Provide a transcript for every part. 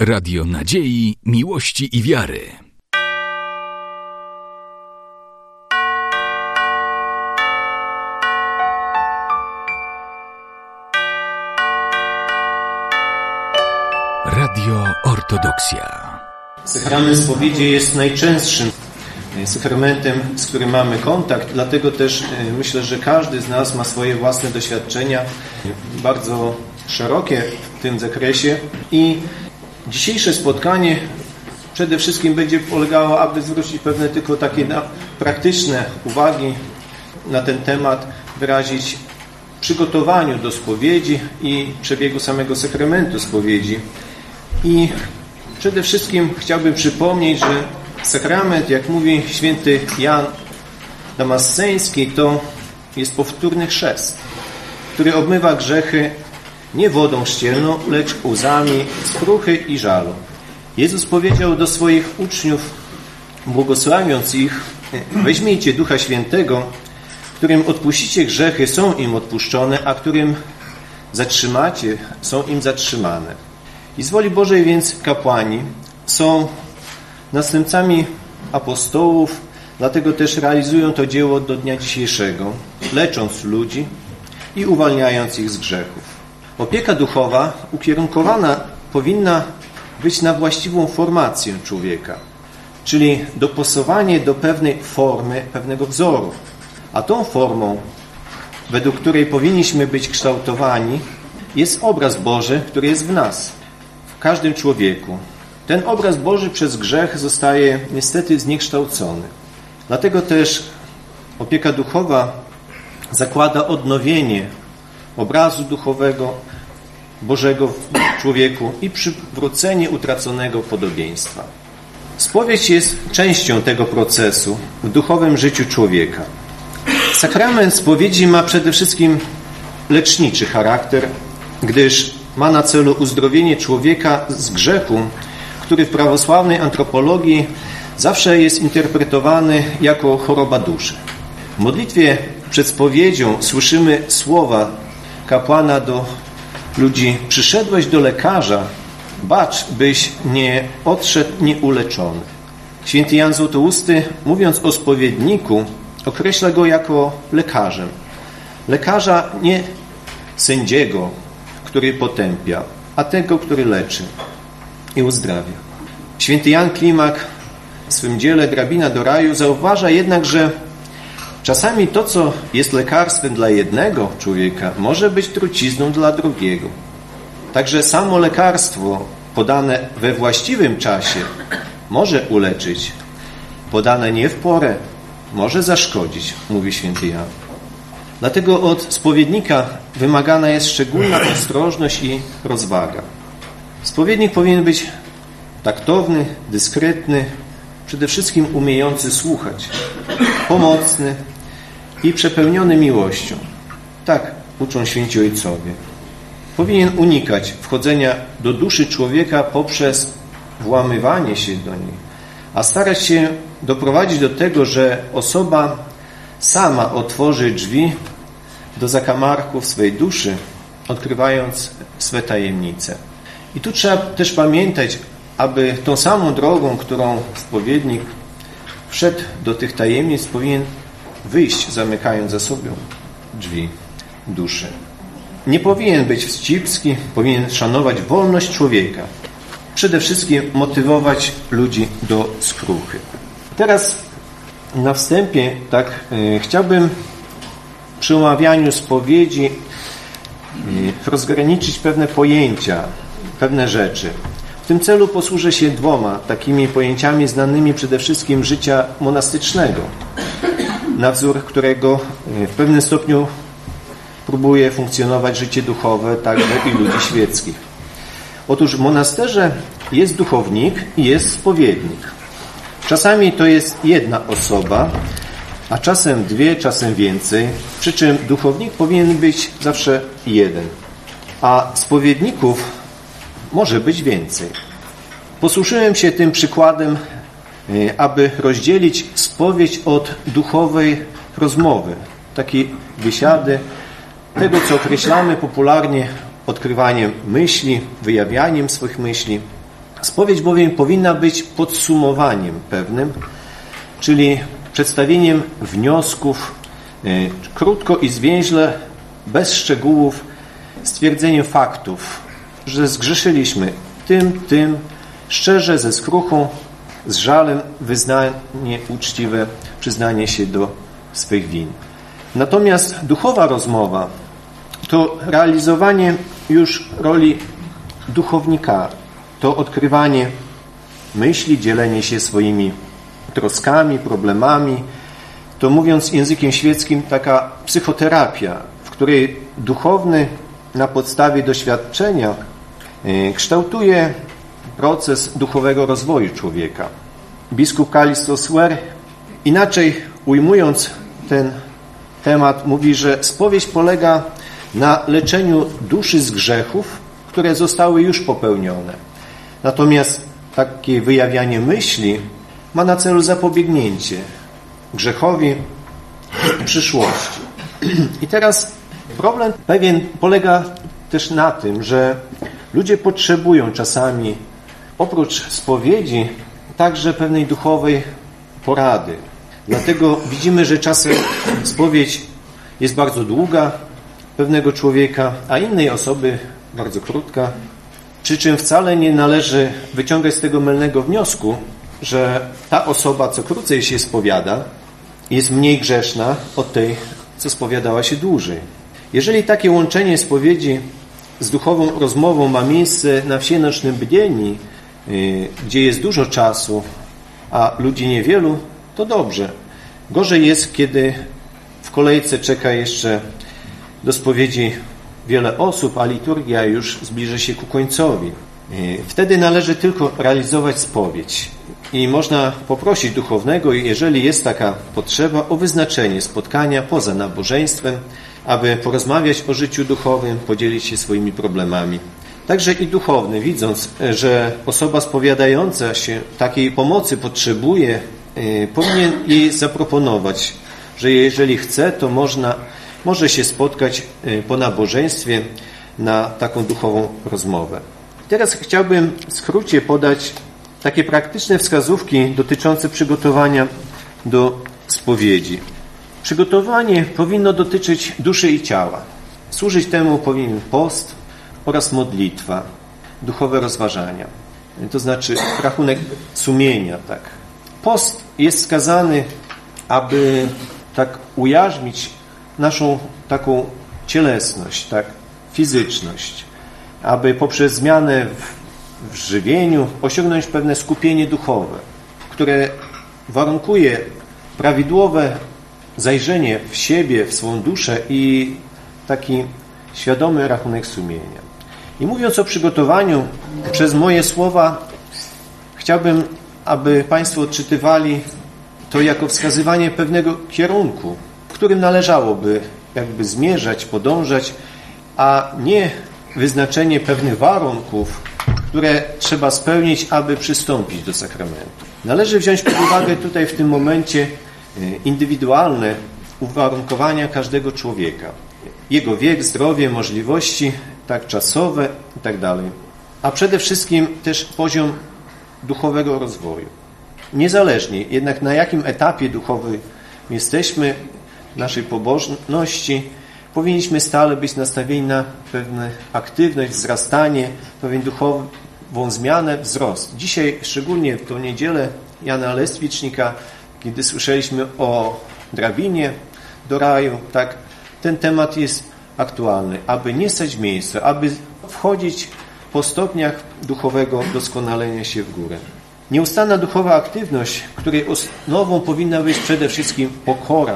Radio Nadziei, Miłości i Wiary. Radio Ortodoksja. Sakrament spowiedzi jest najczęstszym sakramentem, z którym mamy kontakt, dlatego też myślę, że każdy z nas ma swoje własne doświadczenia, bardzo szerokie w tym zakresie i dzisiejsze spotkanie przede wszystkim będzie polegało, aby zwrócić pewne tylko takie praktyczne uwagi na ten temat, wyrazić w przygotowaniu do spowiedzi i przebiegu samego sakramentu spowiedzi. I przede wszystkim chciałbym przypomnieć, że sakrament, jak mówi święty Jan Damasceński, to jest powtórny chrzest, który obmywa grzechy nie wodą ścielną, lecz łzami skruchy i żalu. Jezus powiedział do swoich uczniów, błogosławiąc ich: weźmijcie Ducha Świętego, którym odpuścicie grzechy, są im odpuszczone, a którym zatrzymacie, są im zatrzymane. I z woli Bożej więc kapłani są następcami apostołów, dlatego też realizują to dzieło do dnia dzisiejszego, lecząc ludzi i uwalniając ich z grzechów. Opieka duchowa ukierunkowana powinna być na właściwą formację człowieka, czyli dopasowanie do pewnej formy, pewnego wzoru. A tą formą, według której powinniśmy być kształtowani, jest obraz Boży, który jest w nas, w każdym człowieku. Ten obraz Boży przez grzech zostaje niestety zniekształcony. Dlatego też opieka duchowa zakłada odnowienie obrazu duchowego Bożego w człowieku i przywrócenie utraconego podobieństwa. Spowiedź jest częścią tego procesu w duchowym życiu człowieka. Sakrament spowiedzi ma przede wszystkim leczniczy charakter, gdyż ma na celu uzdrowienie człowieka z grzechu, który w prawosławnej antropologii zawsze jest interpretowany jako choroba duszy. W modlitwie przed spowiedzią słyszymy słowa kapłana do ludzi: przyszedłeś do lekarza, bacz, byś nie odszedł nieuleczony. Święty Jan Złotousty, mówiąc o spowiedniku, określa go jako lekarzem. Lekarza nie sędziego, który potępia, a tego, który leczy i uzdrawia. Święty Jan Klimak w swym dziele Drabina do raju zauważa jednak, że czasami to, co jest lekarstwem dla jednego człowieka, może być trucizną dla drugiego. Także samo lekarstwo podane we właściwym czasie może uleczyć, podane nie w porę może zaszkodzić, mówi święty Jan. Dlatego od spowiednika wymagana jest szczególna ostrożność i rozwaga. Spowiednik powinien być taktowny, dyskretny, przede wszystkim umiejący słuchać, pomocny i przepełniony miłością. Tak uczą święci ojcowie. Powinien unikać wchodzenia do duszy człowieka poprzez włamywanie się do niej, a starać się doprowadzić do tego, że osoba sama otworzy drzwi do zakamarków swej duszy, odkrywając swe tajemnice. I tu trzeba też pamiętać, aby tą samą drogą, którą spowiednik wszedł do tych tajemnic, powinien wyjść, zamykając za sobą drzwi duszy. Nie powinien być wścibski, powinien szanować wolność człowieka. Przede wszystkim motywować ludzi do skruchy. Teraz na wstępie chciałbym przy omawianiu spowiedzi rozgraniczyć pewne pojęcia, pewne rzeczy. W tym celu posłużę się dwoma takimi pojęciami znanymi przede wszystkim życia monastycznego, na wzór którego w pewnym stopniu próbuje funkcjonować życie duchowe także i ludzi świeckich. Otóż w monasterze jest duchownik i jest spowiednik. Czasami to jest jedna osoba, a czasem dwie, czasem więcej, przy czym duchownik powinien być zawsze jeden, a spowiedników może być więcej. Posłużyłem się tym przykładem, aby rozdzielić spowiedź od duchowej rozmowy, takiej wysiady, tego, co określamy popularnie odkrywaniem myśli, wyjawianiem swych myśli, Spowiedź bowiem powinna być podsumowaniem pewnym, czyli przedstawieniem wniosków, krótko i zwięźle, bez szczegółów, stwierdzeniem faktów, że zgrzeszyliśmy tym, szczerze, ze skruchą, z żalem, wyznanie uczciwe, przyznanie się do swych win. Natomiast duchowa rozmowa to realizowanie już roli duchownika, to odkrywanie myśli, dzielenie się swoimi troskami, problemami, to mówiąc językiem świeckim taka psychoterapia, w której duchowny na podstawie doświadczenia kształtuje proces duchowego rozwoju człowieka. Biskup Kallistos Swer, inaczej ujmując ten temat, mówi, że spowiedź polega na leczeniu duszy z grzechów, które zostały już popełnione. Natomiast takie wyjawianie myśli ma na celu zapobiegnięcie grzechowi w przyszłości. I teraz problem pewien polega też na tym, że ludzie potrzebują czasami oprócz spowiedzi także pewnej duchowej porady. Dlatego widzimy, że czasem spowiedź jest bardzo długa pewnego człowieka, a innej osoby bardzo krótka. Przy czym wcale nie należy wyciągać z tego mylnego wniosku, że ta osoba, co krócej się spowiada, jest mniej grzeszna od tej, co spowiadała się dłużej. Jeżeli takie łączenie spowiedzi z duchową rozmową ma miejsce na wsienocznym bdzieni, gdzie jest dużo czasu, a ludzi niewielu, to dobrze. Gorzej jest, kiedy w kolejce czeka jeszcze do spowiedzi wiele osób, a liturgia już zbliża się ku końcowi. Wtedy należy tylko realizować spowiedź. I można poprosić duchownego, jeżeli jest taka potrzeba, o wyznaczenie spotkania poza nabożeństwem, aby porozmawiać o życiu duchowym, podzielić się swoimi problemami. Także i duchowny, widząc, że osoba spowiadająca się takiej pomocy potrzebuje, powinien jej zaproponować, że jeżeli chce, to może się spotkać po nabożeństwie na taką duchową rozmowę. Teraz chciałbym w skrócie podać takie praktyczne wskazówki dotyczące przygotowania do spowiedzi. Przygotowanie powinno dotyczyć duszy i ciała. Służyć temu powinien post oraz modlitwa, duchowe rozważania. To znaczy rachunek sumienia. Tak. Post jest skazany, aby tak ujarzmić naszą taką cielesność, tak, fizyczność, aby poprzez zmianę w żywieniu osiągnąć pewne skupienie duchowe, które warunkuje prawidłowe zajrzenie w siebie, w swą duszę i taki świadomy rachunek sumienia. I mówiąc o przygotowaniu, przez moje słowa chciałbym, aby Państwo odczytywali to jako wskazywanie pewnego kierunku, w którym należałoby jakby zmierzać, podążać, a nie wyznaczenie pewnych warunków, które trzeba spełnić, aby przystąpić do sakramentu. Należy wziąć pod uwagę tutaj w tym momencie indywidualne uwarunkowania każdego człowieka. Jego wiek, zdrowie, możliwości, tak czasowe i tak dalej. A przede wszystkim też poziom duchowego rozwoju. Niezależnie jednak na jakim etapie duchowym jesteśmy, naszej pobożności, powinniśmy stale być nastawieni na pewną aktywność, wzrastanie, pewien duchową zmianę, wzrost. Dzisiaj, szczególnie w tą niedzielę Jana Lestwicznika, kiedy słyszeliśmy o drabinie do raju, tak, ten temat jest aktualny, aby nie stać w miejscu, aby wchodzić po stopniach duchowego doskonalenia się w górę. Nieustanna duchowa aktywność, której osnową powinna być przede wszystkim pokora.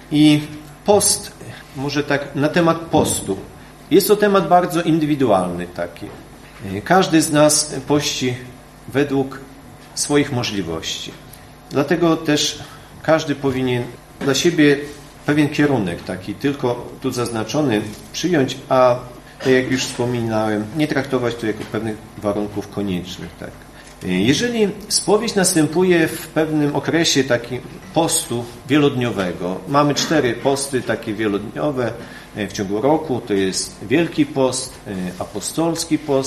I post, może tak na temat postu. Jest to temat bardzo indywidualny taki. Każdy z nas pości według swoich możliwości. Dlatego też każdy powinien dla siebie pewien kierunek taki, tylko tu zaznaczony, przyjąć, a tak jak już wspominałem, nie traktować to jako pewnych warunków koniecznych. Tak. Jeżeli spowiedź następuje w pewnym okresie takim postu wielodniowego, mamy 4 posty takie wielodniowe w ciągu roku, to jest Wielki Post, Apostolski Post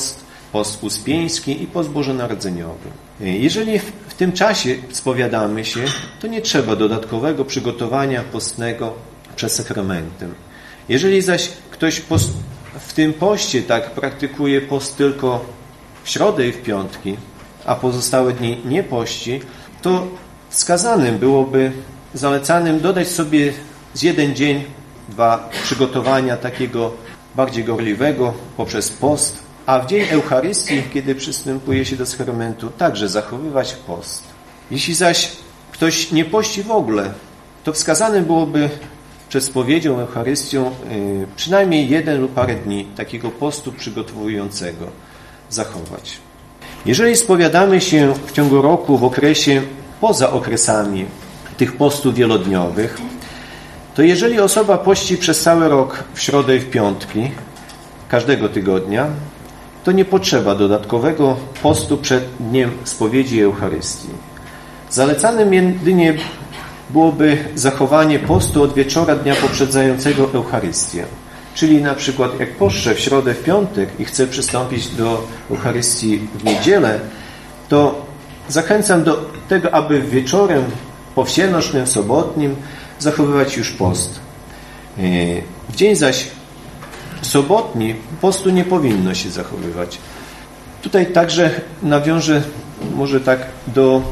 post uspieński i post bożonarodzeniowy. Jeżeli w tym czasie spowiadamy się, to nie trzeba dodatkowego przygotowania postnego przed sakramentem. Jeżeli zaś ktoś w tym poście tak praktykuje post tylko w środę i w piątki, a pozostałe dni nie pości, to wskazanym byłoby, zalecanym dodać sobie z 1 dzień, 2 przygotowania takiego bardziej gorliwego poprzez post, a w dzień Eucharystii, kiedy przystępuje się do sakramentu, także zachowywać post. Jeśli zaś ktoś nie pości w ogóle, to wskazane byłoby przed spowiedzią, Eucharystią przynajmniej 1 lub parę dni takiego postu przygotowującego zachować. Jeżeli spowiadamy się w ciągu roku w okresie poza okresami tych postów wielodniowych, to jeżeli osoba pości przez cały rok w środę i w piątki każdego tygodnia, to nie potrzeba dodatkowego postu przed dniem spowiedzi i Eucharystii. Zalecanym jedynie byłoby zachowanie postu od wieczora dnia poprzedzającego Eucharystię. Czyli na przykład jak poszczę w środę, w piątek i chcę przystąpić do Eucharystii w niedzielę, to zachęcam do tego, aby wieczorem powsienocznym, sobotnim zachowywać już post. W dzień zaś sobotni postu nie powinno się zachowywać. Tutaj także nawiążę może tak do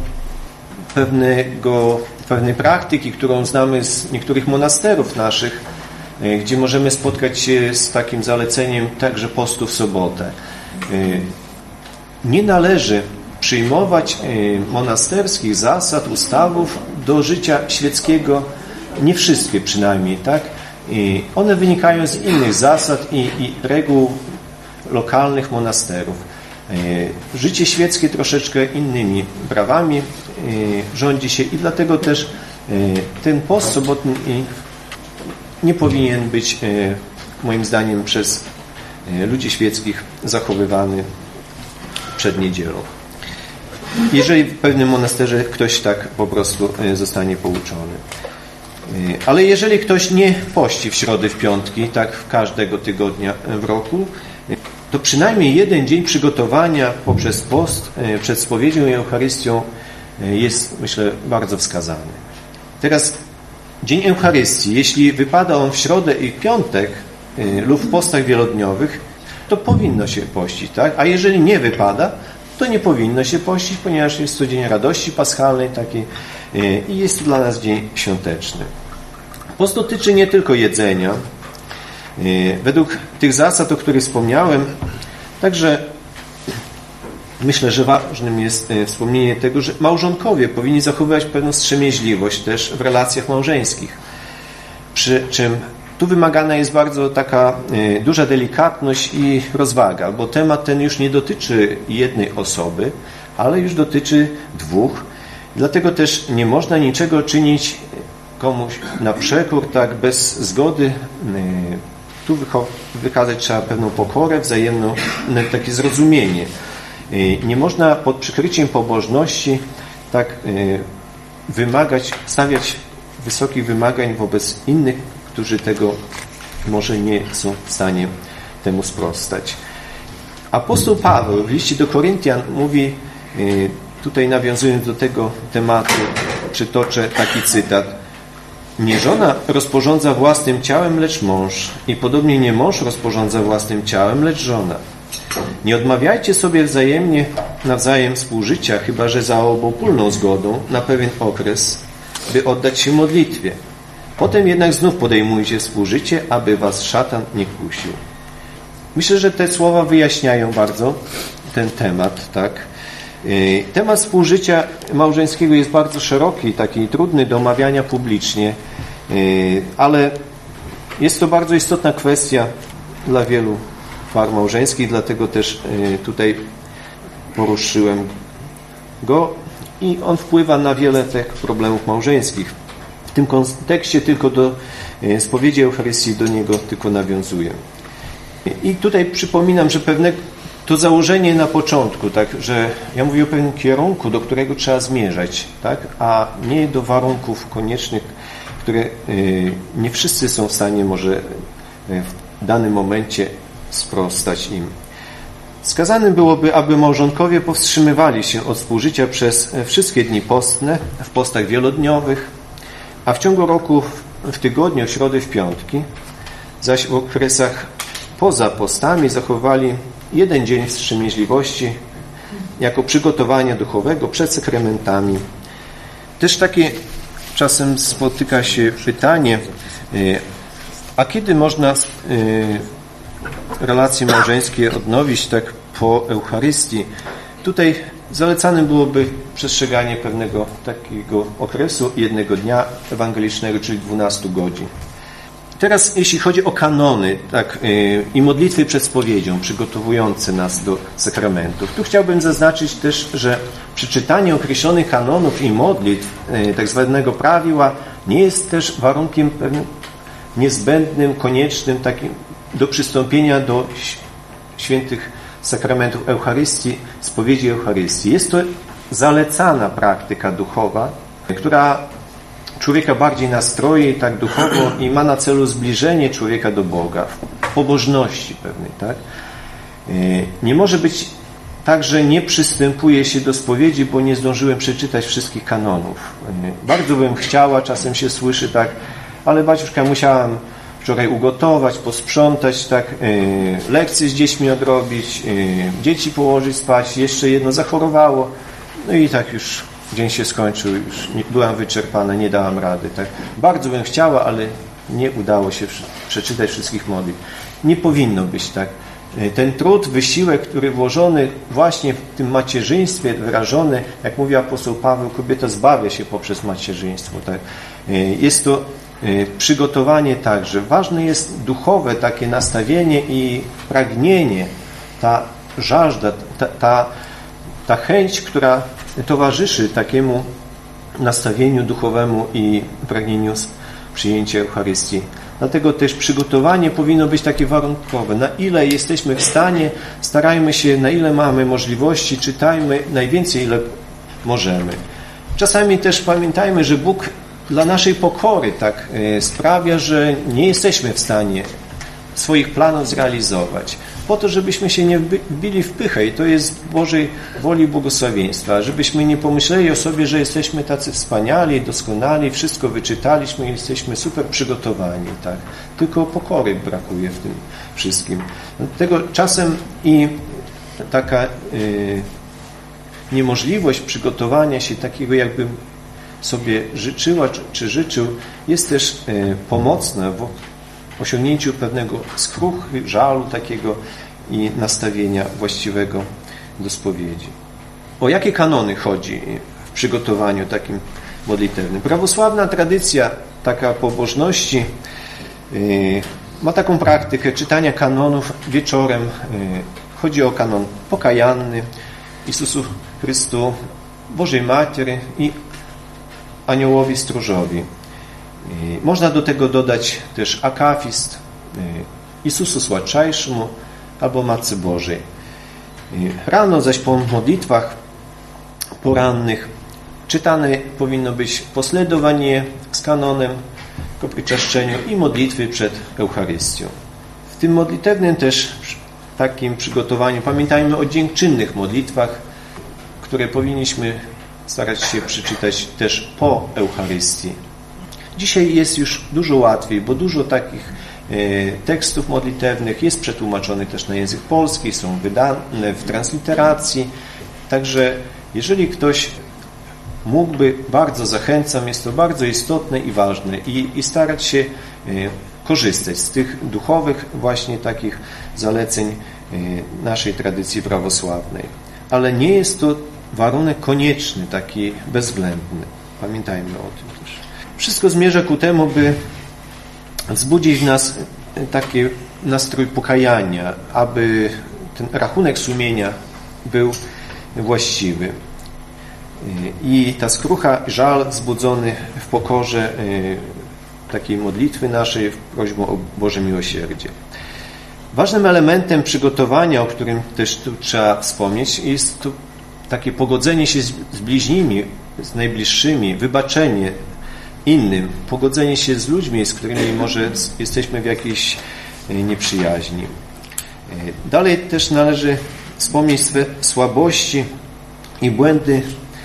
pewnej praktyki, którą znamy z niektórych monasterów naszych, gdzie możemy spotkać się z takim zaleceniem także postu w sobotę. Nie należy przyjmować monasterskich zasad, ustawów do życia świeckiego, nie wszystkie przynajmniej, tak? One wynikają z innych zasad i reguł lokalnych monasterów. Życie świeckie troszeczkę innymi prawami rządzi się i dlatego też ten post sobotni nie powinien być moim zdaniem przez ludzi świeckich zachowywany przed niedzielą. Jeżeli w pewnym monasterze ktoś tak po prostu zostanie pouczony. Ale jeżeli ktoś nie pości w środę, w piątki, tak każdego tygodnia w roku, to przynajmniej 1 dzień przygotowania poprzez post przed spowiedzią i Eucharystią jest, myślę, bardzo wskazany. Teraz dzień Eucharystii, jeśli wypada on w środę i w piątek lub w postach wielodniowych, to powinno się pościć, tak? A jeżeli nie wypada, to nie powinno się pościć, ponieważ jest to dzień radości paschalnej takiej i jest to dla nas dzień świąteczny. Post dotyczy nie tylko jedzenia. Według tych zasad, o których wspomniałem, także myślę, że ważnym jest wspomnienie tego, że małżonkowie powinni zachowywać pewną wstrzemięźliwość też w relacjach małżeńskich. Przy czym tu wymagana jest bardzo taka duża delikatność i rozwaga, bo temat ten już nie dotyczy jednej osoby, ale już dotyczy 2. Dlatego też nie można niczego czynić komuś na przekór, tak bez zgody. Tu wykazać trzeba pewną pokorę, wzajemne takie zrozumienie. Nie można pod przykryciem pobożności tak stawiać wysokich wymagań wobec innych, którzy tego może nie są w stanie temu sprostać. Apostoł Paweł w liście do Koryntian mówi, tutaj nawiązując do tego tematu, przytoczę taki cytat: nie żona rozporządza własnym ciałem, lecz mąż, i podobnie nie mąż rozporządza własnym ciałem, lecz żona. Nie odmawiajcie sobie wzajemnie nawzajem współżycia, chyba że za obopólną zgodą na pewien okres, by oddać się modlitwie. Potem jednak znów podejmujcie współżycie, aby was szatan nie kusił. Myślę, że te słowa wyjaśniają bardzo ten temat, tak? Temat współżycia małżeńskiego jest bardzo szeroki, taki trudny do omawiania publicznie, ale jest to bardzo istotna kwestia dla wielu par małżeńskich, dlatego też tutaj poruszyłem go i on wpływa na wiele tych problemów małżeńskich. W tym kontekście tylko do spowiedzi Eucharystii do niego tylko nawiązuję. I tutaj przypominam, że to założenie na początku, tak, że ja mówię o pewnym kierunku, do którego trzeba zmierzać, tak, a nie do warunków koniecznych, które nie wszyscy są w stanie może w danym momencie sprostać im. Wskazanym byłoby, aby małżonkowie powstrzymywali się od współżycia przez wszystkie dni postne, w postach wielodniowych, a w ciągu roku w tygodniu, w środy, w piątki, zaś w okresach poza postami zachowali jeden dzień wstrzemięźliwości jako przygotowania duchowego przed sakramentami. Też takie czasem spotyka się pytanie, a kiedy można relacje małżeńskie odnowić tak po Eucharystii? Tutaj zalecanym byłoby przestrzeganie pewnego takiego okresu jednego dnia ewangelicznego, czyli 12 godzin. Teraz jeśli chodzi o kanony i modlitwy przed spowiedzią przygotowujące nas do sakramentów, tu chciałbym zaznaczyć też, że przeczytanie określonych kanonów i modlitw tak zwanego prawiła nie jest też warunkiem pewnym niezbędnym, koniecznym takim do przystąpienia do świętych sakramentów Eucharystii, spowiedzi Eucharystii. Jest to zalecana praktyka duchowa, która człowieka bardziej nastroi tak duchowo i ma na celu zbliżenie człowieka do Boga, w pobożności pewnej, tak? Nie może być tak, że nie przystępuje się do spowiedzi, bo nie zdążyłem przeczytać wszystkich kanonów. Bardzo bym chciała, czasem się słyszy tak, ale baciuszka, musiałam wczoraj ugotować, posprzątać, tak, lekcje z dziećmi odrobić, dzieci położyć spać, jeszcze jedno zachorowało, no i tak już dzień się skończył, już byłam wyczerpana, nie dałam rady. Tak. Bardzo bym chciała, ale nie udało się przeczytać wszystkich modlitw. Nie powinno być tak. Ten trud, wysiłek, który włożony właśnie w tym macierzyństwie, wyrażony, jak mówi apostoł Paweł, kobieta zbawia się poprzez macierzyństwo. Tak. Jest to przygotowanie także. Ważne jest duchowe takie nastawienie i pragnienie, ta żażda, ta chęć, która towarzyszy takiemu nastawieniu duchowemu i pragnieniu przyjęcia Eucharystii. Dlatego też przygotowanie powinno być takie warunkowe. Na ile jesteśmy w stanie, starajmy się, na ile mamy możliwości, czytajmy najwięcej, ile możemy. Czasami też pamiętajmy, że Bóg dla naszej pokory tak sprawia, że nie jesteśmy w stanie swoich planów zrealizować. Po to, żebyśmy się nie wbili w pychę i to jest Bożej woli błogosławieństwa, żebyśmy nie pomyśleli o sobie, że jesteśmy tacy wspaniali, doskonali, wszystko wyczytaliśmy i jesteśmy super przygotowani. Tak? Tylko pokory brakuje w tym wszystkim. Dlatego czasem i taka niemożliwość przygotowania się takiego, jakbym sobie życzyła czy życzył, jest też pomocna w osiągnięciu pewnego skruchy, żalu takiego i nastawienia właściwego do spowiedzi. O jakie kanony chodzi w przygotowaniu takim modlitewnym? Prawosławna tradycja taka pobożności ma taką praktykę czytania kanonów wieczorem. Chodzi o kanon pokajanny, Jezusu Chrystu, Bożej Matері i Aniołowi Stróżowi. Można do tego dodać też akafist, Jezusu Słodczajszemu albo Matce Bożej. Rano zaś po modlitwach porannych czytane powinno być posledowanie z kanonem po przyczaszczeniu i modlitwy przed Eucharystią. W tym modlitewnym też takim przygotowaniu pamiętajmy o dziękczynnych modlitwach, które powinniśmy starać się przeczytać też po Eucharystii. Dzisiaj jest już dużo łatwiej, bo dużo takich tekstów modlitewnych jest przetłumaczonych też na język polski, są wydane w transliteracji. Także jeżeli ktoś mógłby, bardzo zachęcam, jest to bardzo istotne i ważne i starać się korzystać z tych duchowych właśnie takich zaleceń naszej tradycji prawosławnej. Ale nie jest to warunek konieczny, taki bezwzględny. Pamiętajmy o tym też. Wszystko zmierza ku temu, by wzbudzić w nas taki nastrój pokajania, aby ten rachunek sumienia był właściwy. I ta skrucha, żal wzbudzony w pokorze takiej modlitwy naszej, prośbą o Boże miłosierdzie. Ważnym elementem przygotowania, o którym też tu trzeba wspomnieć, jest to takie pogodzenie się z bliźnimi, z najbliższymi, wybaczenie innym, pogodzenie się z ludźmi, z którymi może jesteśmy w jakiejś nieprzyjaźni. Dalej też należy wspomnieć swe słabości i błędy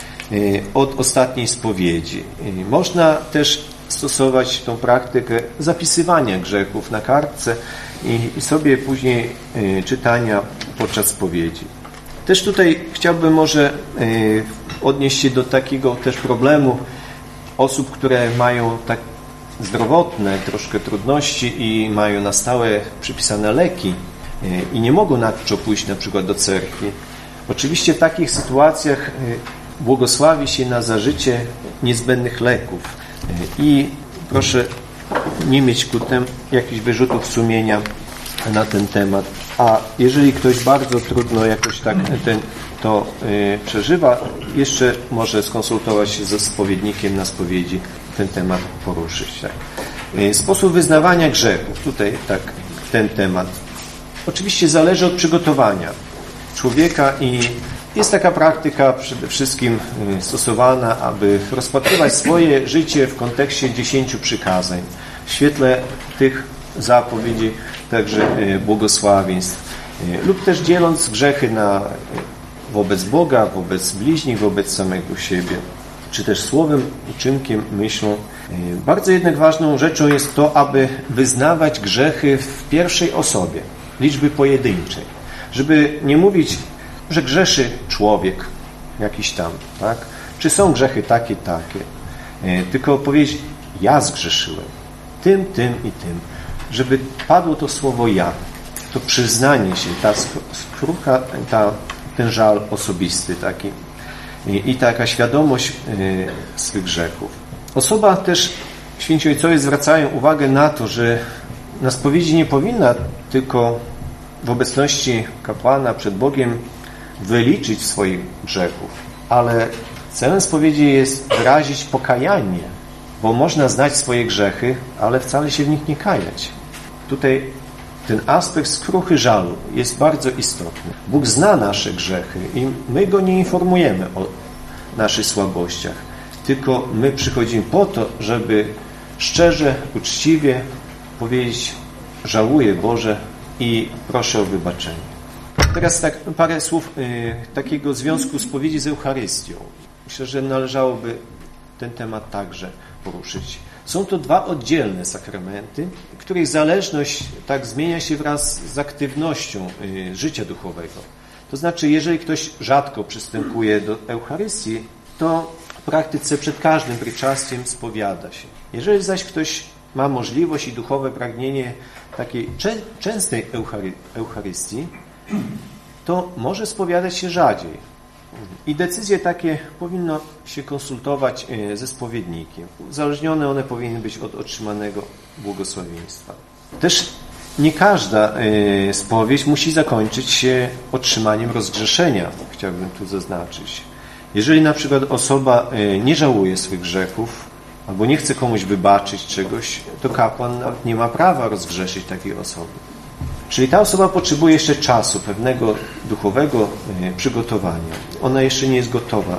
od ostatniej spowiedzi. Można też stosować tą praktykę zapisywania grzechów na kartce i sobie później czytania podczas spowiedzi. Też tutaj chciałbym może odnieść się do takiego też problemu osób, które mają tak zdrowotne troszkę trudności i mają na stałe przypisane leki i nie mogą nadto pójść na przykład do cerkwi. Oczywiście w takich sytuacjach błogosławi się na zażycie niezbędnych leków i proszę nie mieć ku temu jakichś wyrzutów sumienia na ten temat. A jeżeli ktoś bardzo trudno jakoś tak to przeżywa, jeszcze może skonsultować się ze spowiednikiem na spowiedzi, ten temat poruszyć. Tak. Sposób wyznawania grzechów, tutaj tak ten temat. Oczywiście zależy od przygotowania człowieka i jest taka praktyka przede wszystkim stosowana, aby rozpatrywać swoje życie w kontekście 10 przykazań, w świetle tych zapowiedzi, także błogosławieństw, lub też dzieląc grzechy wobec Boga, wobec bliźnich, wobec samego siebie, czy też słowem, uczynkiem, myślą. Bardzo jednak ważną rzeczą jest to, aby wyznawać grzechy w pierwszej osobie, liczby pojedynczej, żeby nie mówić, że grzeszy człowiek jakiś tam, tak? Czy są grzechy takie, tylko powiedzieć, ja zgrzeszyłem tym, tym i tym, żeby padło to słowo ja, to przyznanie się, ta skrucha, ten żal osobisty taki i taka świadomość swych grzechów. Osoba też, święci ojcowie zwracają uwagę na to, że na spowiedzi nie powinna tylko w obecności kapłana przed Bogiem wyliczyć swoich grzechów, ale celem spowiedzi jest wyrazić pokajanie, bo można znać swoje grzechy, ale wcale się w nich nie kajać. Tutaj ten aspekt skruchy żalu jest bardzo istotny. Bóg zna nasze grzechy i my Go nie informujemy o naszych słabościach, tylko my przychodzimy po to, żeby szczerze, uczciwie powiedzieć: żałuję, Boże, i proszę o wybaczenie. Teraz tak parę słów takiego związku spowiedzi z Eucharystią. Myślę, że należałoby ten temat także poruszyć. Są to dwa oddzielne sakramenty, których zależność tak zmienia się wraz z aktywnością życia duchowego. To znaczy, jeżeli ktoś rzadko przystępuje do Eucharystii, to w praktyce przed każdym pryczastiem spowiada się. Jeżeli zaś ktoś ma możliwość i duchowe pragnienie takiej częstej Eucharystii, to może spowiadać się rzadziej. I decyzje takie powinno się konsultować ze spowiednikiem. Uzależnione one powinny być od otrzymanego błogosławieństwa. Też nie każda spowiedź musi zakończyć się otrzymaniem rozgrzeszenia, chciałbym tu zaznaczyć. Jeżeli na przykład osoba nie żałuje swych grzechów albo nie chce komuś wybaczyć czegoś, to kapłan nie ma prawa rozgrzeszyć takiej osoby. Czyli ta osoba potrzebuje jeszcze czasu, pewnego duchowego przygotowania. Ona jeszcze nie jest gotowa,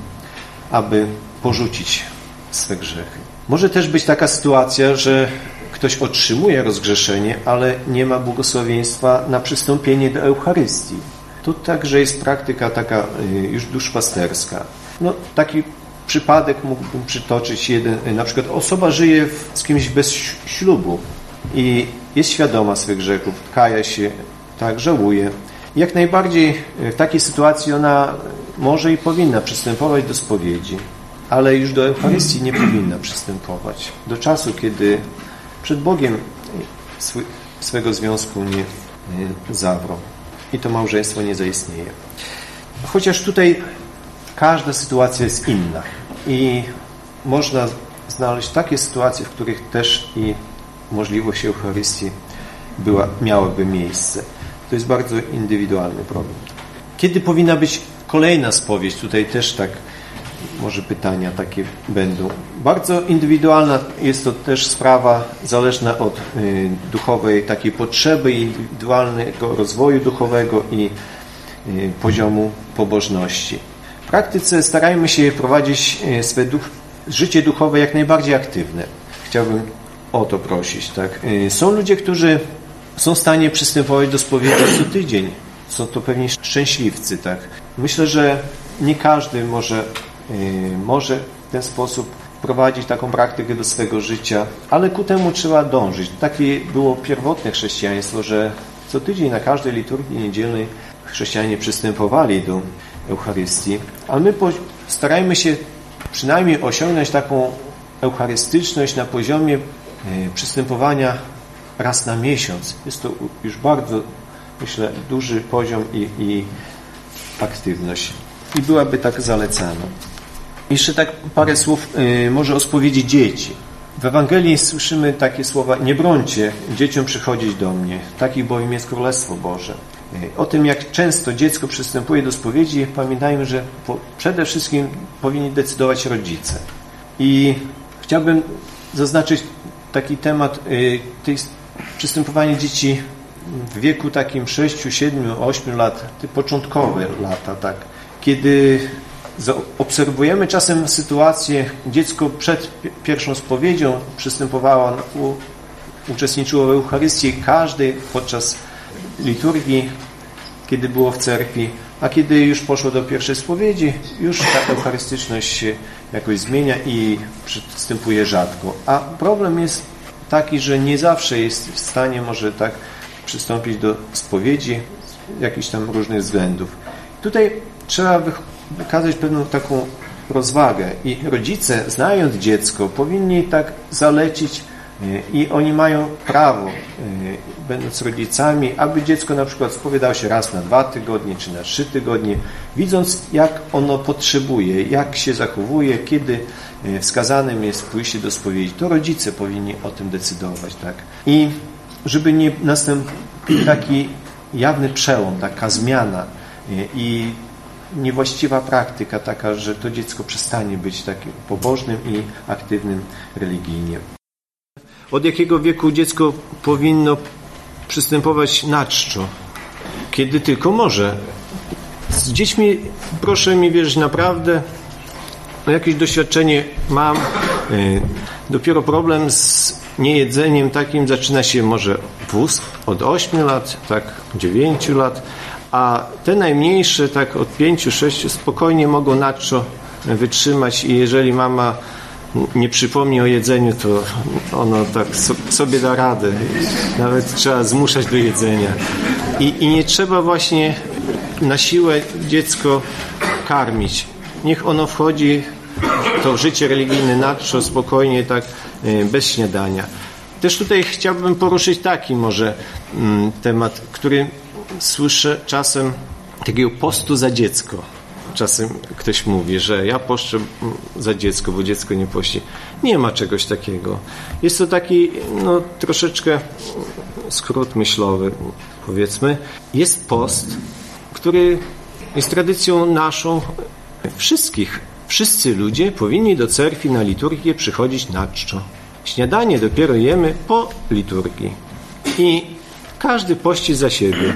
aby porzucić swe grzechy. Może też być taka sytuacja, że ktoś otrzymuje rozgrzeszenie, ale nie ma błogosławieństwa na przystąpienie do Eucharystii. Tu także jest praktyka taka już duszpasterska. No, taki przypadek mógłbym przytoczyć jeden. Na przykład osoba żyje z kimś bez ślubu i jest świadoma swych grzechów, kaja się, tak, żałuje. Jak najbardziej w takiej sytuacji ona może i powinna przystępować do spowiedzi, ale już do Eucharystii nie powinna przystępować. Do czasu, kiedy przed Bogiem swego związku nie zawrą i to małżeństwo nie zaistnieje. Chociaż tutaj każda sytuacja jest inna i można znaleźć takie sytuacje, w których też i możliwość Eucharystii miałaby miejsce. To jest bardzo indywidualny problem. Kiedy powinna być kolejna spowiedź? Tutaj też tak może pytania takie będą. Bardzo indywidualna jest to też sprawa zależna od duchowej takiej potrzeby, indywidualnego rozwoju duchowego i poziomu pobożności. W praktyce starajmy się prowadzić swe życie duchowe jak najbardziej aktywne. Chciałbym o to prosić. Tak? Są ludzie, którzy są w stanie przystępować do spowiedzi co tydzień, są to pewnie szczęśliwcy, tak. Myślę, że nie każdy może w ten sposób prowadzić taką praktykę do swego życia, ale ku temu trzeba dążyć. Takie było pierwotne chrześcijaństwo, że co tydzień na każdej liturgii niedzielnej chrześcijanie przystępowali do Eucharystii, a my starajmy się przynajmniej osiągnąć taką eucharystyczność na poziomie przystępowania raz na miesiąc. Jest to już bardzo, myślę, duży poziom i aktywność. I byłaby tak zalecana. Jeszcze tak parę słów może o spowiedzi dzieci. W Ewangelii słyszymy takie słowa: nie brońcie dzieciom przychodzić do mnie, takich bowiem jest Królestwo Boże. O tym, jak często dziecko przystępuje do spowiedzi, pamiętajmy, że przede wszystkim powinni decydować rodzice. I chciałbym zaznaczyć taki temat przystępowania dzieci w wieku takim 6, 7, 8 lat, te początkowe lata, tak. Kiedy obserwujemy czasem sytuację, dziecko przed pierwszą spowiedzią przystępowało, uczestniczyło w Eucharystii, każdy podczas liturgii, kiedy było w cerkwi, a kiedy już poszło do pierwszej spowiedzi, już ta eucharystyczność się jakoś zmienia i przystępuje rzadko. A problem jest taki, że nie zawsze jest w stanie może tak przystąpić do spowiedzi z jakichś tam różnych względów. Tutaj trzeba wykazać pewną taką rozwagę i rodzice, znając dziecko, powinni tak zalecić i oni mają prawo, będąc rodzicami, aby dziecko na przykład spowiadało się raz na 2 tygodnie czy na 3 tygodnie, widząc, jak ono potrzebuje, jak się zachowuje, kiedy wskazanym jest pójście do spowiedzi. To rodzice powinni o tym decydować, tak? I żeby nie nastąpił taki jawny przełom, taka zmiana i niewłaściwa praktyka taka, że to dziecko przestanie być takim pobożnym i aktywnym religijnie. Od jakiego wieku dziecko powinno przystępować na czczo? Kiedy tylko może. Z dziećmi, proszę mi wierzyć, naprawdę jakieś doświadczenie mam. Dopiero problem z niejedzeniem takim zaczyna się może od 8 lat, tak 9 lat, a te najmniejsze tak od 5-6 spokojnie mogą na czczo wytrzymać i jeżeli mama nie przypomni o jedzeniu, to ono tak sobie da radę. Nawet trzeba zmuszać do jedzenia. I nie trzeba właśnie na siłę dziecko karmić. Niech ono wchodzi w to życie religijne na czczo, spokojnie, tak bez śniadania. Też tutaj chciałbym poruszyć taki może temat, który słyszę czasem, takiego postu za dziecko. Czasem ktoś mówi, że ja poszczę za dziecko, bo dziecko nie pości. Nie ma czegoś takiego. Jest to taki, troszeczkę skrót myślowy, powiedzmy. Jest post, który jest tradycją naszą wszystkich. Wszyscy ludzie powinni do cerkwi na liturgię przychodzić na czczo. Śniadanie dopiero jemy po liturgii. I każdy pości za siebie.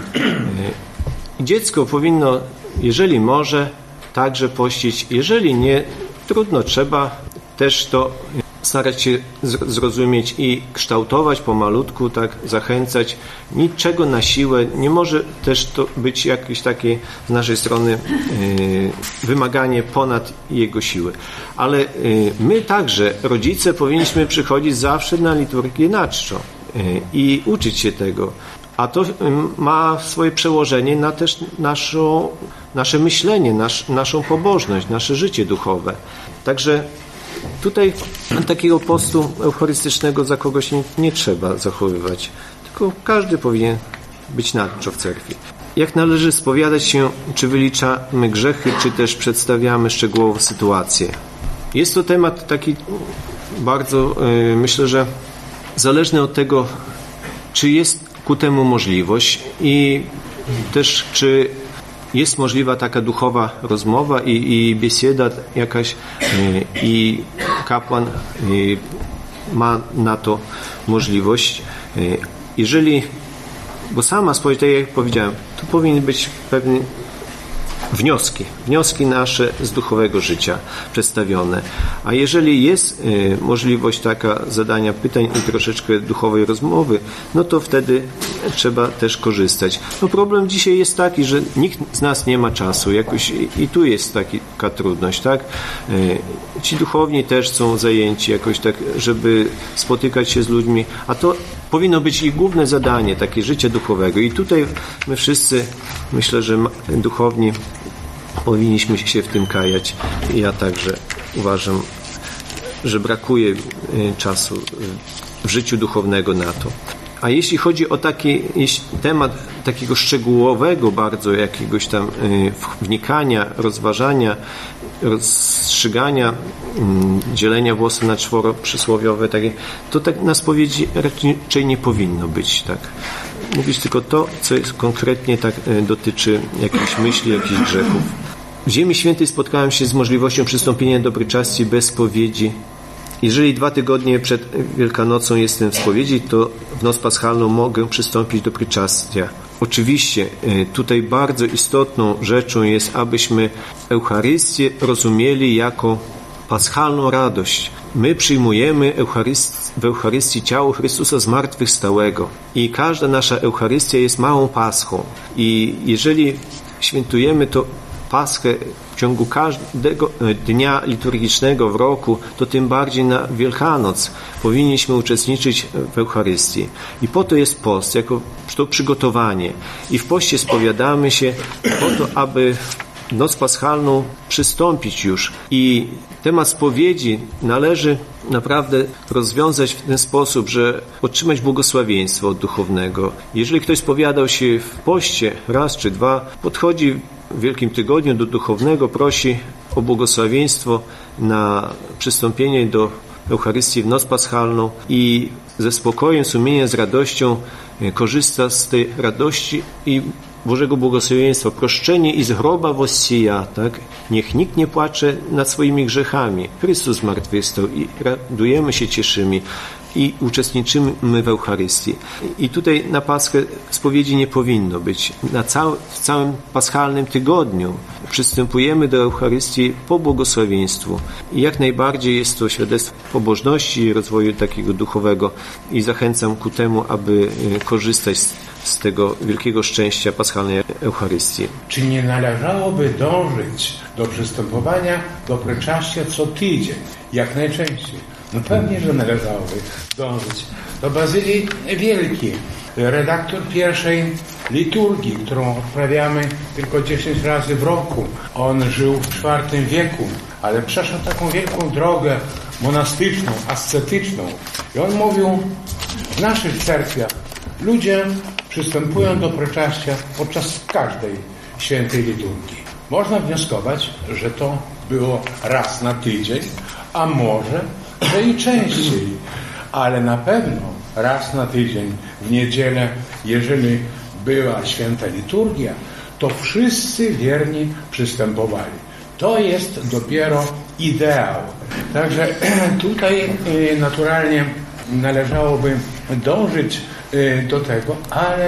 Dziecko powinno, jeżeli może, także pościć. Jeżeli nie, trudno, trzeba też to starać się zrozumieć i kształtować pomalutku, tak, zachęcać. Niczego na siłę. Nie może też to być jakieś takie z naszej strony wymaganie ponad jego siły. Ale my także, rodzice, powinniśmy przychodzić zawsze na liturgię na czczo i uczyć się tego. A to ma swoje przełożenie na też nasze myślenie, naszą pobożność, nasze życie duchowe. Także tutaj takiego postu eucharystycznego za kogoś nie trzeba zachowywać, tylko każdy powinien być na czczo w cerkwi. Jak należy spowiadać się, czy wyliczamy grzechy, czy też przedstawiamy szczegółowo sytuację? Jest to temat taki bardzo, myślę, że zależny od tego, czy jest ku temu możliwość i też czy jest możliwa taka duchowa rozmowa i biesieda jakaś i kapłan ma na to możliwość. Jeżeli, bo sama spowiedź, tak jak powiedziałem, tu powinien być pewien wnioski nasze z duchowego życia przedstawione. A jeżeli jest możliwość taka zadania pytań i troszeczkę duchowej rozmowy, no to wtedy trzeba też korzystać. No problem dzisiaj jest taki, że nikt z nas nie ma czasu. Jakoś i tu jest taka trudność, tak? Ci duchowni też są zajęci jakoś tak, żeby spotykać się z ludźmi, a to powinno być ich główne zadanie, takie życie duchowego. I tutaj my wszyscy, myślę, że duchowni powinniśmy się w tym kajać. Ja także uważam, że brakuje czasu w życiu duchownego na to. A jeśli chodzi o taki temat takiego szczegółowego bardzo jakiegoś tam wnikania, rozważania, rozstrzygania, dzielenia włosów na czworo przysłowiowe, takie, to tak na spowiedzi raczej nie powinno być, tak. Mówić tylko to, co jest konkretnie tak dotyczy jakichś myśli, jakichś grzechów. W Ziemi Świętej spotkałem się z możliwością przystąpienia do pryczastii bez spowiedzi. Jeżeli 2 tygodnie przed Wielkanocą jestem w spowiedzi, to w noc paschalną mogę przystąpić do pryczastia. Oczywiście tutaj bardzo istotną rzeczą jest, abyśmy Eucharystię rozumieli jako paschalną radość. My przyjmujemy w Eucharystii ciało Chrystusa zmartwychwstałego i każda nasza Eucharystia jest małą paschą. I jeżeli świętujemy to Paschę w ciągu każdego dnia liturgicznego w roku, to tym bardziej na Wielkanoc powinniśmy uczestniczyć w Eucharystii. I po to jest post, jako to przygotowanie. I w poście spowiadamy się po to, aby noc paschalną przystąpić już. I temat spowiedzi należy naprawdę rozwiązać w ten sposób, że otrzymać błogosławieństwo od duchownego. Jeżeli ktoś spowiadał się w poście raz czy dwa, podchodzi w Wielkim Tygodniu do duchownego, prosi o błogosławieństwo na przystąpienie do Eucharystii w noc paschalną i ze spokojem sumienia, z radością korzysta z tej radości i Bożego błogosławieństwa, proszczenie i z groba wossija, tak? Niech nikt nie płacze nad swoimi grzechami. Chrystus zmartwychwstał i radujemy się, cieszymy i uczestniczymy w Eucharystii. I tutaj na Paschę spowiedzi nie powinno być. W całym paschalnym tygodniu przystępujemy do Eucharystii po błogosławieństwu. I jak najbardziej jest to świadectwo pobożności i rozwoju takiego duchowego i zachęcam ku temu, aby korzystać z tego wielkiego szczęścia paschalnej Eucharystii. Czy nie należałoby dążyć do przystępowania do pryczastia co tydzień, jak najczęściej? No pewnie, że należałoby dążyć. Do Bazylii Wielkiej, redaktor pierwszej liturgii, którą odprawiamy tylko 10 razy w roku. On żył w IV wieku, ale przeszedł taką wielką drogę monastyczną, ascetyczną. I on mówił, w naszych cerkwiach ludzie przystępują do pryczastia podczas każdej świętej liturgii. Można wnioskować, że to było raz na tydzień, a może, że i częściej, ale na pewno raz na tydzień w niedzielę, jeżeli była święta liturgia, to wszyscy wierni przystępowali. To jest dopiero ideał. Także tutaj naturalnie należałoby dążyć do tego, ale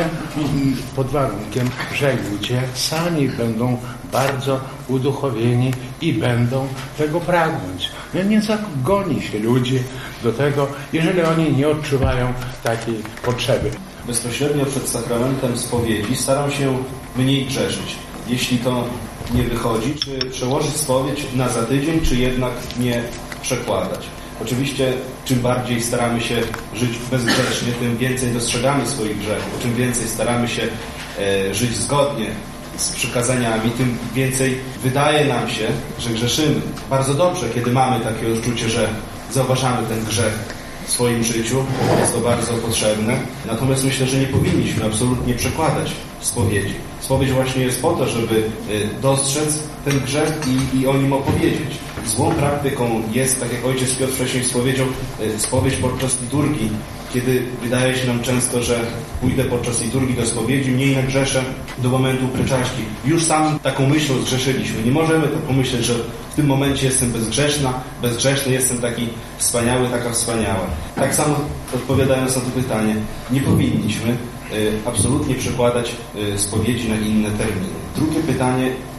pod warunkiem, że ludzie sami będą bardzo uduchowieni i będą tego pragnąć. No nie zagoni się ludzi do tego, jeżeli oni nie odczuwają takiej potrzeby. Bezpośrednio przed sakramentem spowiedzi staram się mniej grzeszyć. Jeśli to nie wychodzi, czy przełożyć spowiedź na za tydzień, czy jednak nie przekładać. Oczywiście czym bardziej staramy się żyć bezgrzecznie, tym więcej dostrzegamy swoich grzechów. Czym więcej staramy się żyć zgodnie z przykazaniami, tym więcej wydaje nam się, że grzeszymy. Bardzo dobrze, kiedy mamy takie odczucie, że zauważamy ten grzech w swoim życiu. Jest to bardzo potrzebne. Natomiast myślę, że nie powinniśmy absolutnie przekładać spowiedzi. Spowiedź właśnie jest po to, żeby dostrzec ten grzech i o nim opowiedzieć. Złą praktyką jest, tak jak ojciec Piotr wcześniej powiedział, spowiedź podczas liturgii, kiedy wydaje się nam często, że pójdę podczas liturgii do spowiedzi, mniej nagrzeszę do momentu pryczaści. Już sam taką myślą zgrzeszyliśmy. Nie możemy tak pomyśleć, że w tym momencie jestem bezgrzeszny, jestem taki wspaniały, taka wspaniała. Tak samo odpowiadając na to pytanie, nie powinniśmy absolutnie przekładać spowiedzi na inne terminy. Drugie pytanie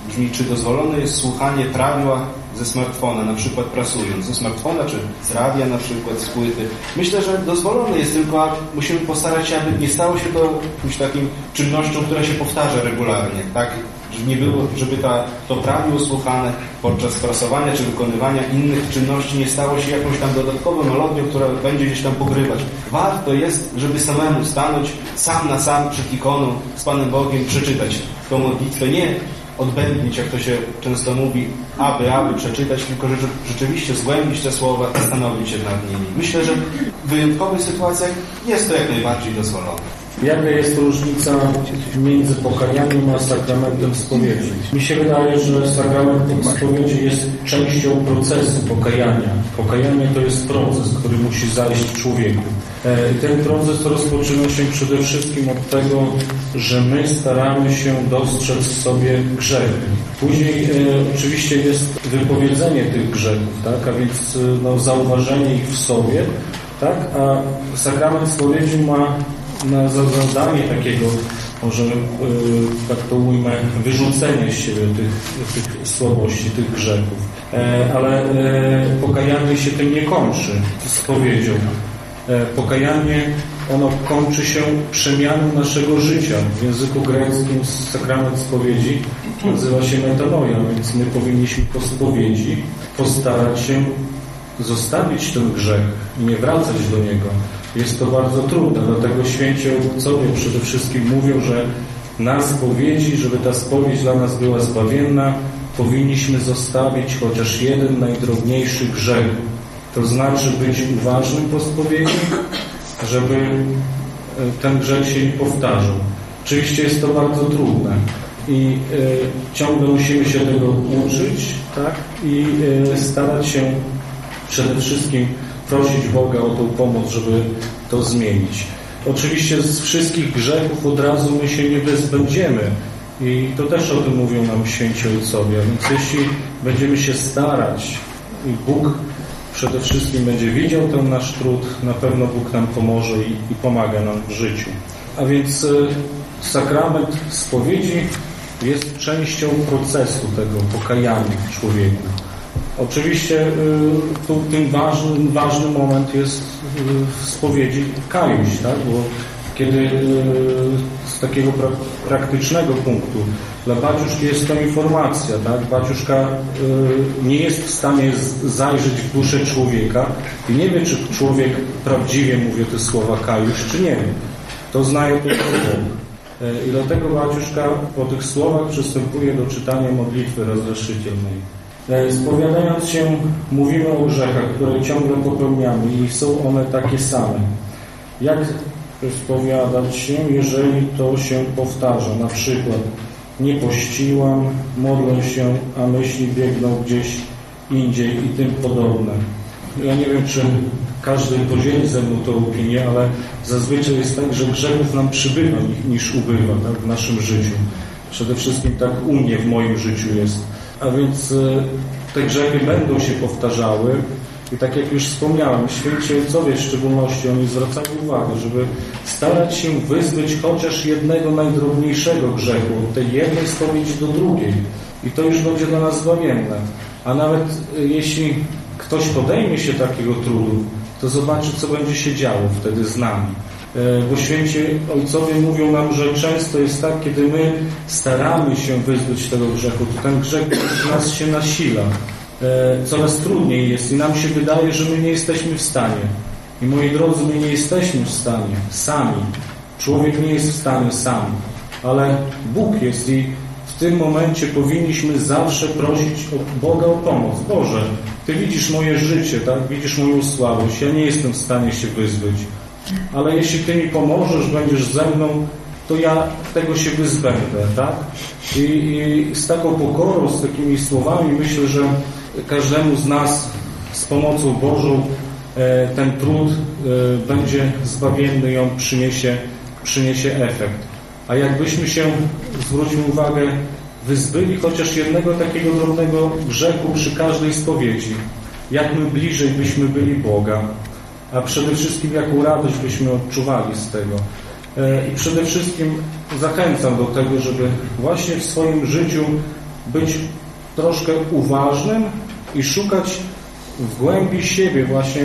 brzmi, czy dozwolone jest słuchanie prawiła ze smartfona, na przykład prasując, ze smartfona czy z radia na przykład, z płyty. Myślę, że dozwolone jest, tylko musimy postarać się, aby nie stało się to jakąś takim czynnością, która się powtarza regularnie, tak? Żeby nie było, żeby to prawiło słuchane podczas prasowania czy wykonywania innych czynności nie stało się jakąś tam dodatkową melodią, która będzie gdzieś tam pogrywać. Warto jest, żeby samemu stanąć sam na sam przed ikoną z Panem Bogiem, przeczytać tą modlitwę, nie odbędnić, jak to się często mówi, aby przeczytać, tylko rzeczywiście zgłębić te słowa, zastanowić się nad nimi. Myślę, że w wyjątkowych sytuacjach jest to jak najbardziej dozwolone. Jaka jest różnica między pokajaniem a sakramentem spowiedzi? Mi się wydaje, że sakrament spowiedzi jest częścią procesu pokajania. Pokajanie to jest proces, który musi zajść w człowieku. I ten proces rozpoczyna się przede wszystkim od tego, że my staramy się dostrzec w sobie grzechy. Później oczywiście jest wypowiedzenie tych grzechów, tak? A więc zauważenie ich w sobie, tak? A sakrament spowiedzi ma na zadanie takiego, może tak to ujmę, wyrzucenie z siebie tych słabości, tych grzechów. Ale pokajanie się tym nie kończy spowiedzią. Pokajanie, ono kończy się przemianą naszego życia. W języku greckim sakrament spowiedzi nazywa się metanoia, więc my powinniśmy po spowiedzi postarać się zostawić ten grzech i nie wracać do niego. Jest to bardzo trudne, dlatego święci ojcowie przede wszystkim mówią, że na spowiedzi, żeby ta spowiedź dla nas była zbawienna, powinniśmy zostawić chociaż jeden najdrobniejszy grzech. To znaczy być uważnym po spowiedzi, żeby ten grzech się nie powtarzał. Oczywiście jest to bardzo trudne i ciągle musimy się tego uczyć, tak? I starać się przede wszystkim prosić Boga o tą pomoc, żeby to zmienić. Oczywiście z wszystkich grzechów od razu my się nie wyzbędziemy i to też o tym mówią nam święci ojcowie. Więc jeśli będziemy się starać i Bóg przede wszystkim będzie widział ten nasz trud, na pewno Bóg nam pomoże i pomaga nam w życiu. A więc sakrament spowiedzi jest częścią procesu tego pokajania w człowieku. Oczywiście tu tym ważny moment jest w spowiedzi kajuś, tak? Bo kiedy z takiego praktycznego punktu dla baciuszki jest to informacja, tak? Baciuszka nie jest w stanie zajrzeć w duszę człowieka i nie wie, czy człowiek prawdziwie mówi te słowa kajuś, czy nie. To znaje tylko Bóg. I dlatego baciuszka po tych słowach przystępuje do czytania modlitwy rozraszycielnej. Spowiadając się, mówimy o grzechach, które ciągle popełniamy i są one takie same. Jak spowiadać się, jeżeli to się powtarza? Na przykład nie pościłam, modlę się, a myśli biegną gdzieś indziej i tym podobne. Ja nie wiem, czy każdy podzieli ze mną tą opinię, ale zazwyczaj jest tak, że grzechów nam przybywa niż ubywa, tak, w naszym życiu. Przede wszystkim tak u mnie w moim życiu jest. A więc te grzechy będą się powtarzały i tak jak już wspomniałem, święci ojcowie w szczególności, oni zwracają uwagę, żeby starać się wyzbyć chociaż jednego najdrobniejszego grzechu, od tej jednej spowiedzi do drugiej i to już będzie dla nas zbawienne. A nawet jeśli ktoś podejmie się takiego trudu, to zobaczy, co będzie się działo wtedy z nami. Bo święci ojcowie mówią nam, że często jest tak, kiedy my staramy się wyzbyć tego grzechu, to ten grzech w nas się nasila. Coraz trudniej jest i nam się wydaje, że my nie jesteśmy w stanie. I moi drodzy, my nie jesteśmy w stanie sami. Człowiek nie jest w stanie sam, ale Bóg jest i w tym momencie powinniśmy zawsze prosić Boga o pomoc. Boże, Ty widzisz moje życie, tak? Widzisz moją słabość. Ja nie jestem w stanie się wyzbyć. Ale jeśli Ty mi pomożesz, będziesz ze mną, to ja tego się wyzbędę, tak? I z taką pokorą, z takimi słowami myślę, że każdemu z nas z pomocą Bożą ten trud będzie zbawienny i on przyniesie efekt. A jakbyśmy się, zwróćmy uwagę, wyzbyli chociaż jednego takiego drobnego grzechu przy każdej spowiedzi, jak my bliżej byśmy byli Boga, a przede wszystkim jaką radość byśmy odczuwali z tego. I przede wszystkim zachęcam do tego, żeby właśnie w swoim życiu być troszkę uważnym i szukać w głębi siebie właśnie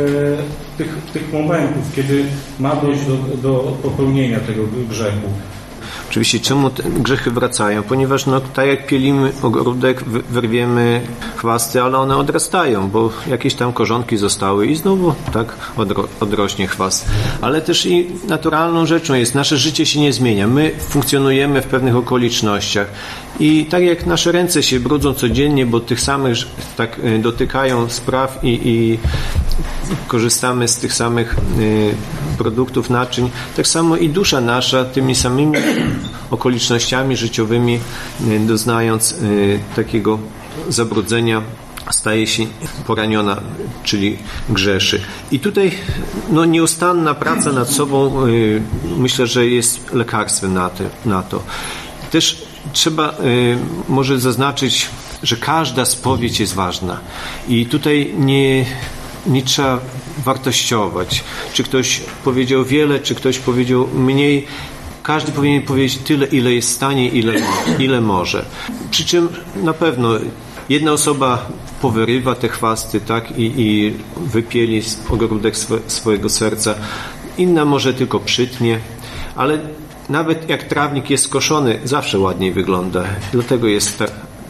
tych momentów, kiedy ma dojść do popełnienia tego grzechu. Oczywiście, czemu te grzechy wracają? Ponieważ tak jak pielimy ogródek, wyrwiemy chwasty, ale one odrastają, bo jakieś tam korzonki zostały i znowu tak odrośnie chwast. Ale też i naturalną rzeczą jest, nasze życie się nie zmienia. My funkcjonujemy w pewnych okolicznościach i tak jak nasze ręce się brudzą codziennie, bo tych samych tak dotykają spraw i korzystamy z tych samych produktów, naczyń, tak samo i dusza nasza tymi samymi okolicznościami życiowymi, doznając takiego zabrudzenia, staje się poraniona, czyli grzeszy. I tutaj nieustanna praca nad sobą, myślę, że jest lekarstwem na to. Też trzeba może zaznaczyć, że każda spowiedź jest ważna i tutaj nie trzeba wartościować, czy ktoś powiedział wiele, czy ktoś powiedział mniej. Każdy powinien powiedzieć tyle, ile jest w stanie, ile może. Przy czym na pewno jedna osoba powyrywa te chwasty, tak, i wypieli ogródek swojego serca, inna może tylko przytnie, ale nawet jak trawnik jest skoszony, zawsze ładniej wygląda. Dlatego jest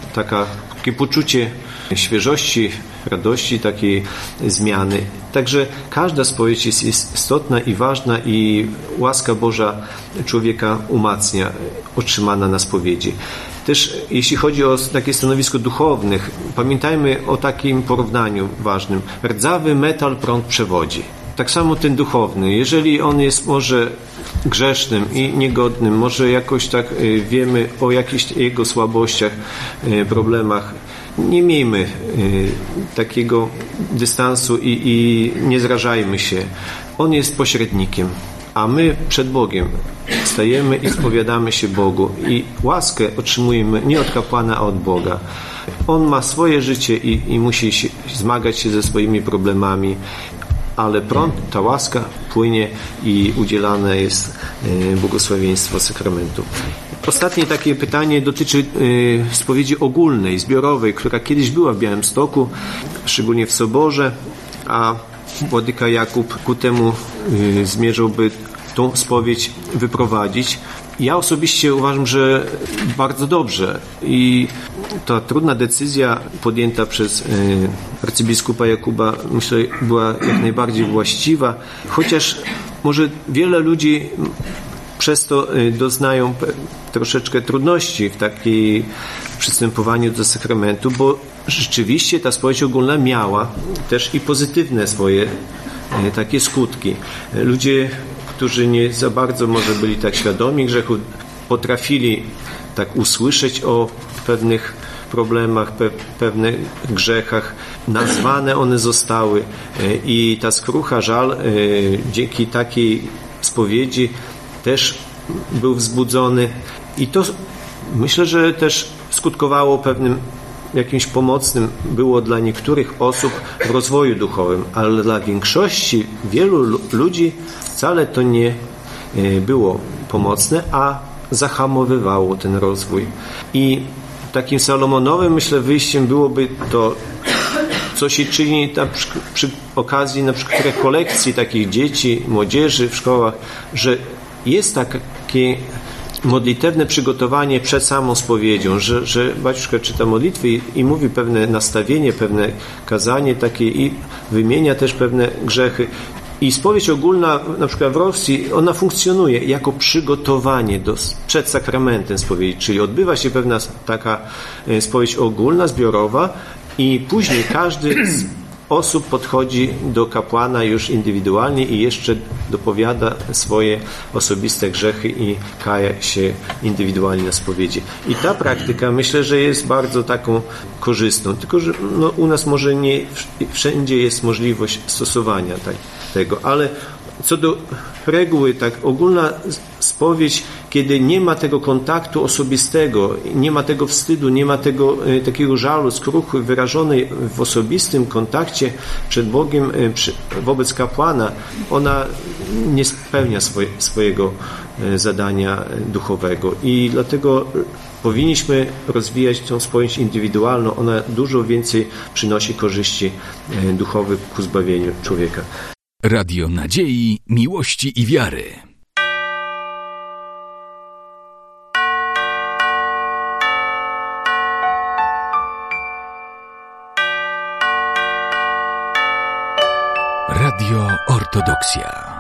takie poczucie świeżości, radości, takiej zmiany. Także każda spowiedź jest istotna i ważna i łaska Boża człowieka umacnia, otrzymana na spowiedzi. Też jeśli chodzi o takie stanowisko duchownych, pamiętajmy o takim porównaniu ważnym. Rdzawy metal prąd przewodzi. Tak samo ten duchowny, jeżeli on jest może grzesznym i niegodnym, może jakoś tak wiemy o jakichś jego słabościach, problemach, nie miejmy takiego dystansu i nie zrażajmy się. On jest pośrednikiem, a my przed Bogiem stajemy i spowiadamy się Bogu i łaskę otrzymujemy nie od kapłana, a od Boga. On ma swoje życie i musi zmagać się ze swoimi problemami, ale prąd, ta łaska płynie i udzielane jest błogosławieństwo sakramentu. Ostatnie takie pytanie dotyczy spowiedzi ogólnej, zbiorowej, która kiedyś była w Białymstoku, szczególnie w Soborze, a Władyka Jakub ku temu zmierzał, by tą spowiedź wyprowadzić. Ja osobiście uważam, że bardzo dobrze i ta trudna decyzja podjęta przez arcybiskupa Jakuba, myślę, była jak najbardziej właściwa, chociaż może wiele ludzi przez to doznają troszeczkę trudności w takiej przystępowaniu do sakramentu, bo rzeczywiście ta spowiedź ogólna miała też i pozytywne swoje takie skutki. Ludzie, którzy nie za bardzo może byli tak świadomi grzechu, potrafili tak usłyszeć o pewnych problemach, pewnych grzechach, nazwane one zostały i ta skrucha, żal dzięki takiej spowiedzi też był wzbudzony i to myślę, że też skutkowało pewnym jakimś pomocnym było dla niektórych osób w rozwoju duchowym, ale dla większości wielu ludzi wcale to nie było pomocne, a zahamowywało ten rozwój. I takim salomonowym, myślę, wyjściem byłoby to, co się czyni przy okazji na przykład rekolekcji takich dzieci, młodzieży w szkołach, że jest takie modlitewne przygotowanie przed samą spowiedzią, że baciuszka czyta modlitwy i mówi pewne nastawienie, pewne kazanie takie i wymienia też pewne grzechy. I spowiedź ogólna, na przykład w Rosji, ona funkcjonuje jako przygotowanie przed sakramentem spowiedzi, czyli odbywa się pewna taka spowiedź ogólna, zbiorowa i później każdy z osób podchodzi do kapłana już indywidualnie i jeszcze dopowiada swoje osobiste grzechy i kaja się indywidualnie na spowiedzi. I ta praktyka myślę, że jest bardzo taką korzystną, tylko że u nas może nie wszędzie jest możliwość stosowania tego, ale co do reguły, tak ogólna spowiedź, kiedy nie ma tego kontaktu osobistego, nie ma tego wstydu, nie ma tego takiego żalu, skruchy wyrażonej w osobistym kontakcie przed Bogiem, wobec kapłana, ona nie spełnia swojego zadania duchowego. I dlatego Powinniśmy rozwijać tą spowiedź indywidualną. Ona dużo więcej przynosi korzyści duchowych ku zbawieniu człowieka. Radio nadziei, miłości i wiary. Radio Ortodoksja.